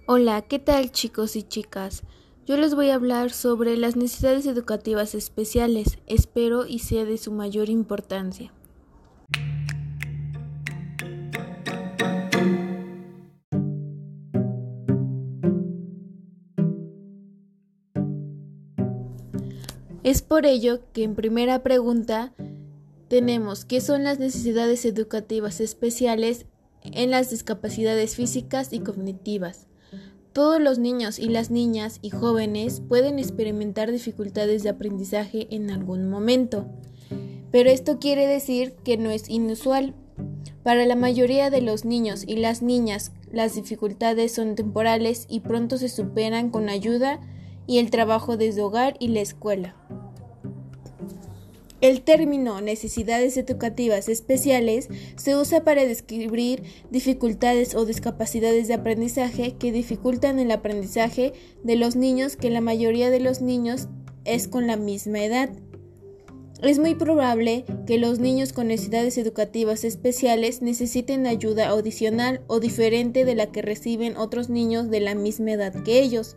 Hola, ¿qué tal chicos y chicas? Yo les voy a hablar sobre las necesidades educativas especiales, espero y sea de su mayor importancia. Es por ello que en primera pregunta tenemos ¿qué son las necesidades educativas especiales en las discapacidades físicas y cognitivas? Todos los niños y las niñas y jóvenes pueden experimentar dificultades de aprendizaje en algún momento, pero esto quiere decir que no es inusual. Para la mayoría de los niños y las niñas, las dificultades son temporales y pronto se superan con ayuda y el trabajo desde hogar y la escuela. El término necesidades educativas especiales se usa para describir dificultades o discapacidades de aprendizaje que dificultan el aprendizaje de los niños que la mayoría de los niños es con la misma edad. Es muy probable que los niños con necesidades educativas especiales necesiten ayuda adicional o diferente de la que reciben otros niños de la misma edad que ellos.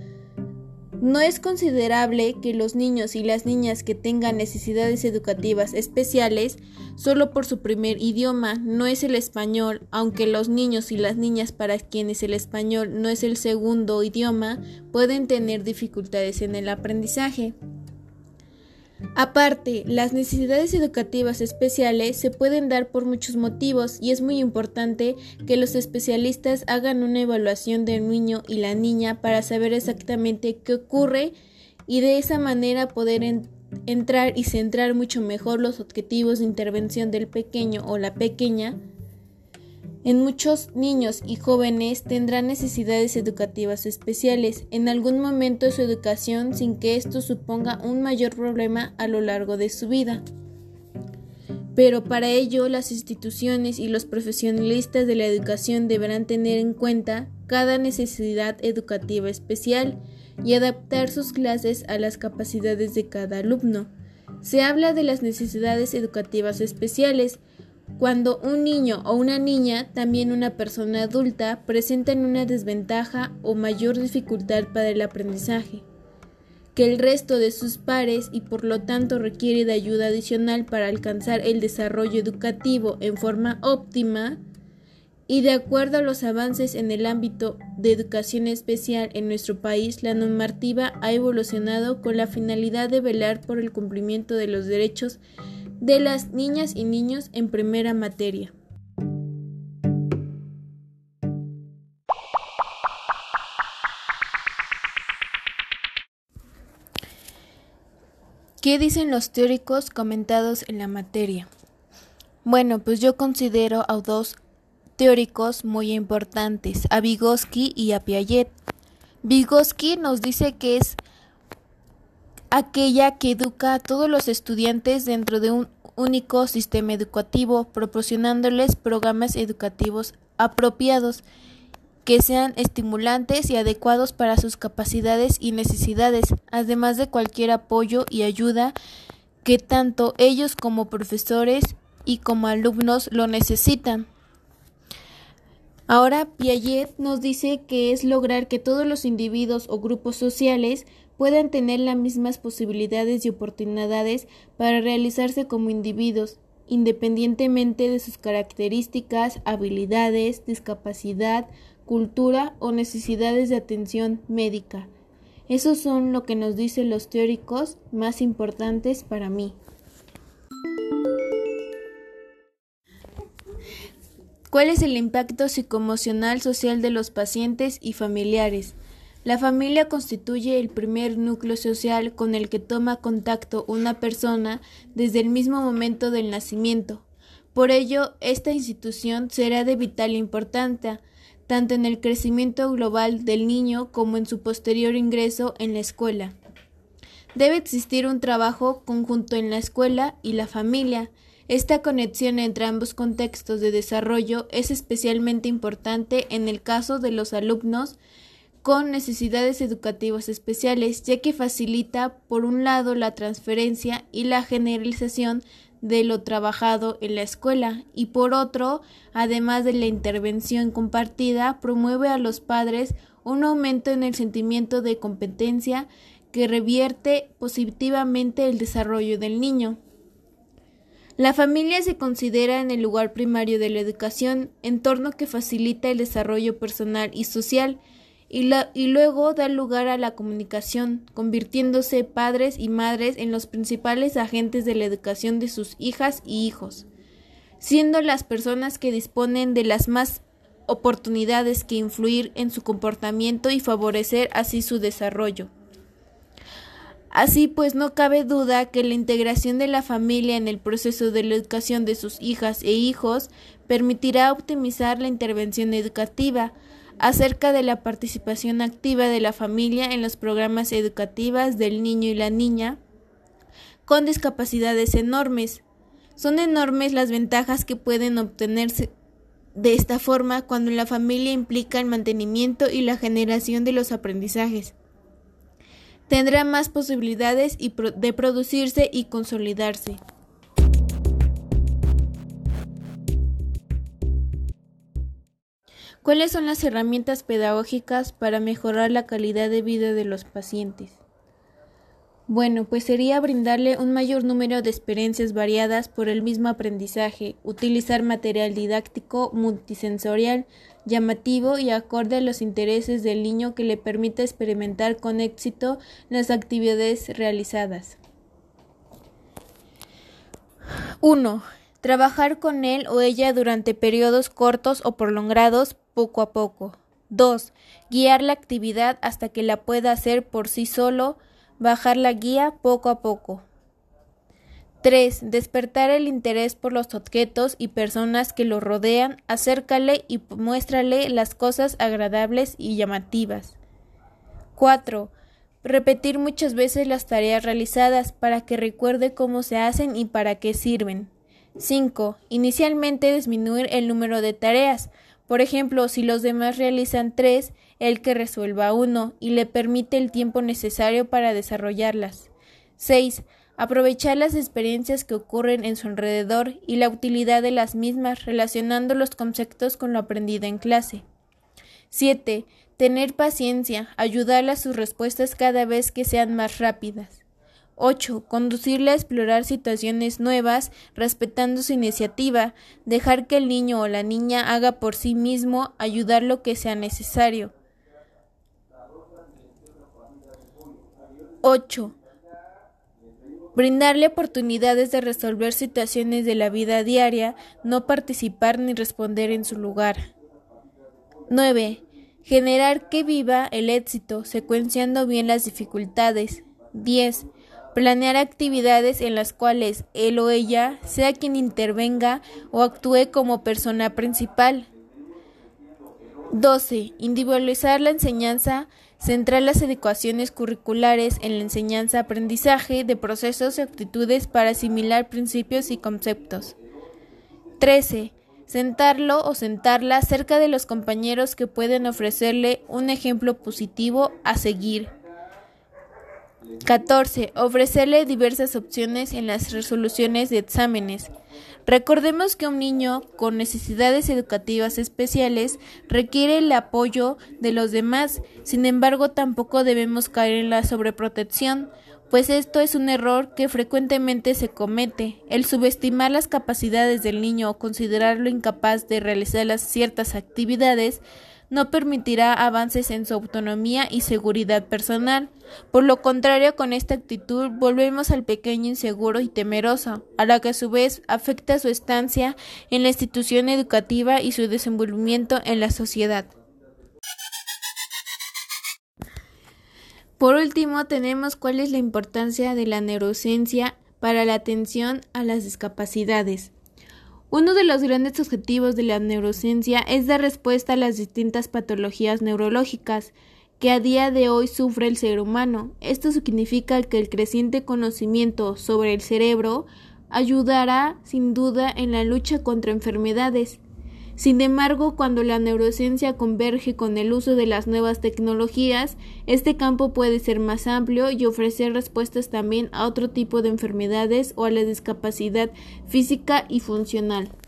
No es considerable que los niños y las niñas que tengan necesidades educativas especiales solo por su primer idioma no es el español, aunque los niños y las niñas para quienes el español no es el segundo idioma pueden tener dificultades en el aprendizaje. Aparte, las necesidades educativas especiales se pueden dar por muchos motivos y es muy importante que los especialistas hagan una evaluación del niño y la niña para saber exactamente qué ocurre y de esa manera poder entrar y centrar mucho mejor los objetivos de intervención del pequeño o la pequeña. En muchos niños y jóvenes tendrán necesidades educativas especiales en algún momento de su educación sin que esto suponga un mayor problema a lo largo de su vida. Pero para ello las instituciones y los profesionalistas de la educación deberán tener en cuenta cada necesidad educativa especial y adaptar sus clases a las capacidades de cada alumno. Se habla de las necesidades educativas especiales cuando un niño o una niña, también una persona adulta, presentan una desventaja o mayor dificultad para el aprendizaje que el resto de sus pares y por lo tanto requiere de ayuda adicional para alcanzar el desarrollo educativo en forma óptima y de acuerdo a los avances en el ámbito de educación especial en nuestro país, la normativa ha evolucionado con la finalidad de velar por el cumplimiento de los derechos de las niñas y niños en primera materia. ¿Qué dicen los teóricos comentados en la materia? Bueno, pues yo considero a dos teóricos muy importantes, a Vygotsky y a Piaget. Vygotsky nos dice que es aquella que educa a todos los estudiantes dentro de un único sistema educativo, proporcionándoles programas educativos apropiados que sean estimulantes y adecuados para sus capacidades y necesidades, además de cualquier apoyo y ayuda que tanto ellos como profesores y como alumnos lo necesitan. Ahora Piaget nos dice que es lograr que todos los individuos o grupos sociales puedan tener las mismas posibilidades y oportunidades para realizarse como individuos, independientemente de sus características, habilidades, discapacidad, cultura o necesidades de atención médica. Esos son lo que nos dicen los teóricos más importantes para mí. ¿Cuál es el impacto psicoemocional social de los pacientes y familiares? La familia constituye el primer núcleo social con el que toma contacto una persona desde el mismo momento del nacimiento. Por ello, esta institución será de vital importancia, tanto en el crecimiento global del niño como en su posterior ingreso en la escuela. Debe existir un trabajo conjunto en la escuela y la familia. Esta conexión entre ambos contextos de desarrollo es especialmente importante en el caso de los alumnos con necesidades educativas especiales, ya que facilita, por un lado, la transferencia y la generalización de lo trabajado en la escuela, y por otro, además de la intervención compartida, promueve a los padres un aumento en el sentimiento de competencia que revierte positivamente el desarrollo del niño. La familia se considera en el lugar primario de la educación, entorno que facilita el desarrollo personal y social, y luego da lugar a la comunicación, convirtiéndose padres y madres en los principales agentes de la educación de sus hijas y hijos, siendo las personas que disponen de las más oportunidades que influir en su comportamiento y favorecer así su desarrollo. Así pues, no cabe duda que la integración de la familia en el proceso de la educación de sus hijas e hijos permitirá optimizar la intervención educativa acerca de la participación activa de la familia en los programas educativos del niño y la niña con discapacidades enormes. Son enormes las ventajas que pueden obtenerse de esta forma cuando la familia implica el mantenimiento y la generación de los aprendizajes. Tendrá más posibilidades de producirse y consolidarse. ¿Cuáles son las herramientas pedagógicas para mejorar la calidad de vida de los pacientes? Bueno, pues sería brindarle un mayor número de experiencias variadas por el mismo aprendizaje, utilizar material didáctico multisensorial, llamativo y acorde a los intereses del niño que le permita experimentar con éxito las actividades realizadas. 1. Trabajar con él o ella durante periodos cortos o prolongados, poco a poco. 2. Guiar la actividad hasta que la pueda hacer por sí solo, bajar la guía poco a poco. 3. Despertar el interés por los objetos y personas que lo rodean, acércale y muéstrale las cosas agradables y llamativas. 4. Repetir muchas veces las tareas realizadas para que recuerde cómo se hacen y para qué sirven. 5. Inicialmente disminuir el número de tareas. Por ejemplo, si los demás realizan 3, el que resuelva 1 y le permite el tiempo necesario para desarrollarlas. 6. Aprovechar las experiencias que ocurren en su alrededor y la utilidad de las mismas relacionando los conceptos con lo aprendido en clase. 7. Tener paciencia, ayudarle a sus respuestas cada vez que sean más rápidas. 8. Conducirle a explorar situaciones nuevas, respetando su iniciativa, dejar que el niño o la niña haga por sí mismo, ayudar lo que sea necesario. 8. Brindarle oportunidades de resolver situaciones de la vida diaria, no participar ni responder en su lugar. 9. Generar que viva el éxito, secuenciando bien las dificultades. 10. Planear actividades en las cuales él o ella sea quien intervenga o actúe como persona principal. 12. Individualizar la enseñanza, centrar las adecuaciones curriculares en la enseñanza-aprendizaje de procesos y actitudes para asimilar principios y conceptos. 13. Sentarlo o sentarla cerca de los compañeros que pueden ofrecerle un ejemplo positivo a seguir. 14. Ofrecerle diversas opciones en las resoluciones de exámenes. Recordemos que un niño con necesidades educativas especiales requiere el apoyo de los demás, sin embargo tampoco debemos caer en la sobreprotección, pues esto es un error que frecuentemente se comete. El subestimar las capacidades del niño o considerarlo incapaz de realizar ciertas actividades no permitirá avances en su autonomía y seguridad personal. Por lo contrario, con esta actitud volvemos al pequeño inseguro y temeroso, a la que a su vez afecta su estancia en la institución educativa y su desenvolvimiento en la sociedad. Por último, tenemos cuál es la importancia de la neurociencia para la atención a las discapacidades. Uno de los grandes objetivos de la neurociencia es dar respuesta a las distintas patologías neurológicas que a día de hoy sufre el ser humano. Esto significa que el creciente conocimiento sobre el cerebro ayudará sin duda en la lucha contra enfermedades. Sin embargo, cuando la neurociencia converge con el uso de las nuevas tecnologías, este campo puede ser más amplio y ofrecer respuestas también a otro tipo de enfermedades o a la discapacidad física y funcional.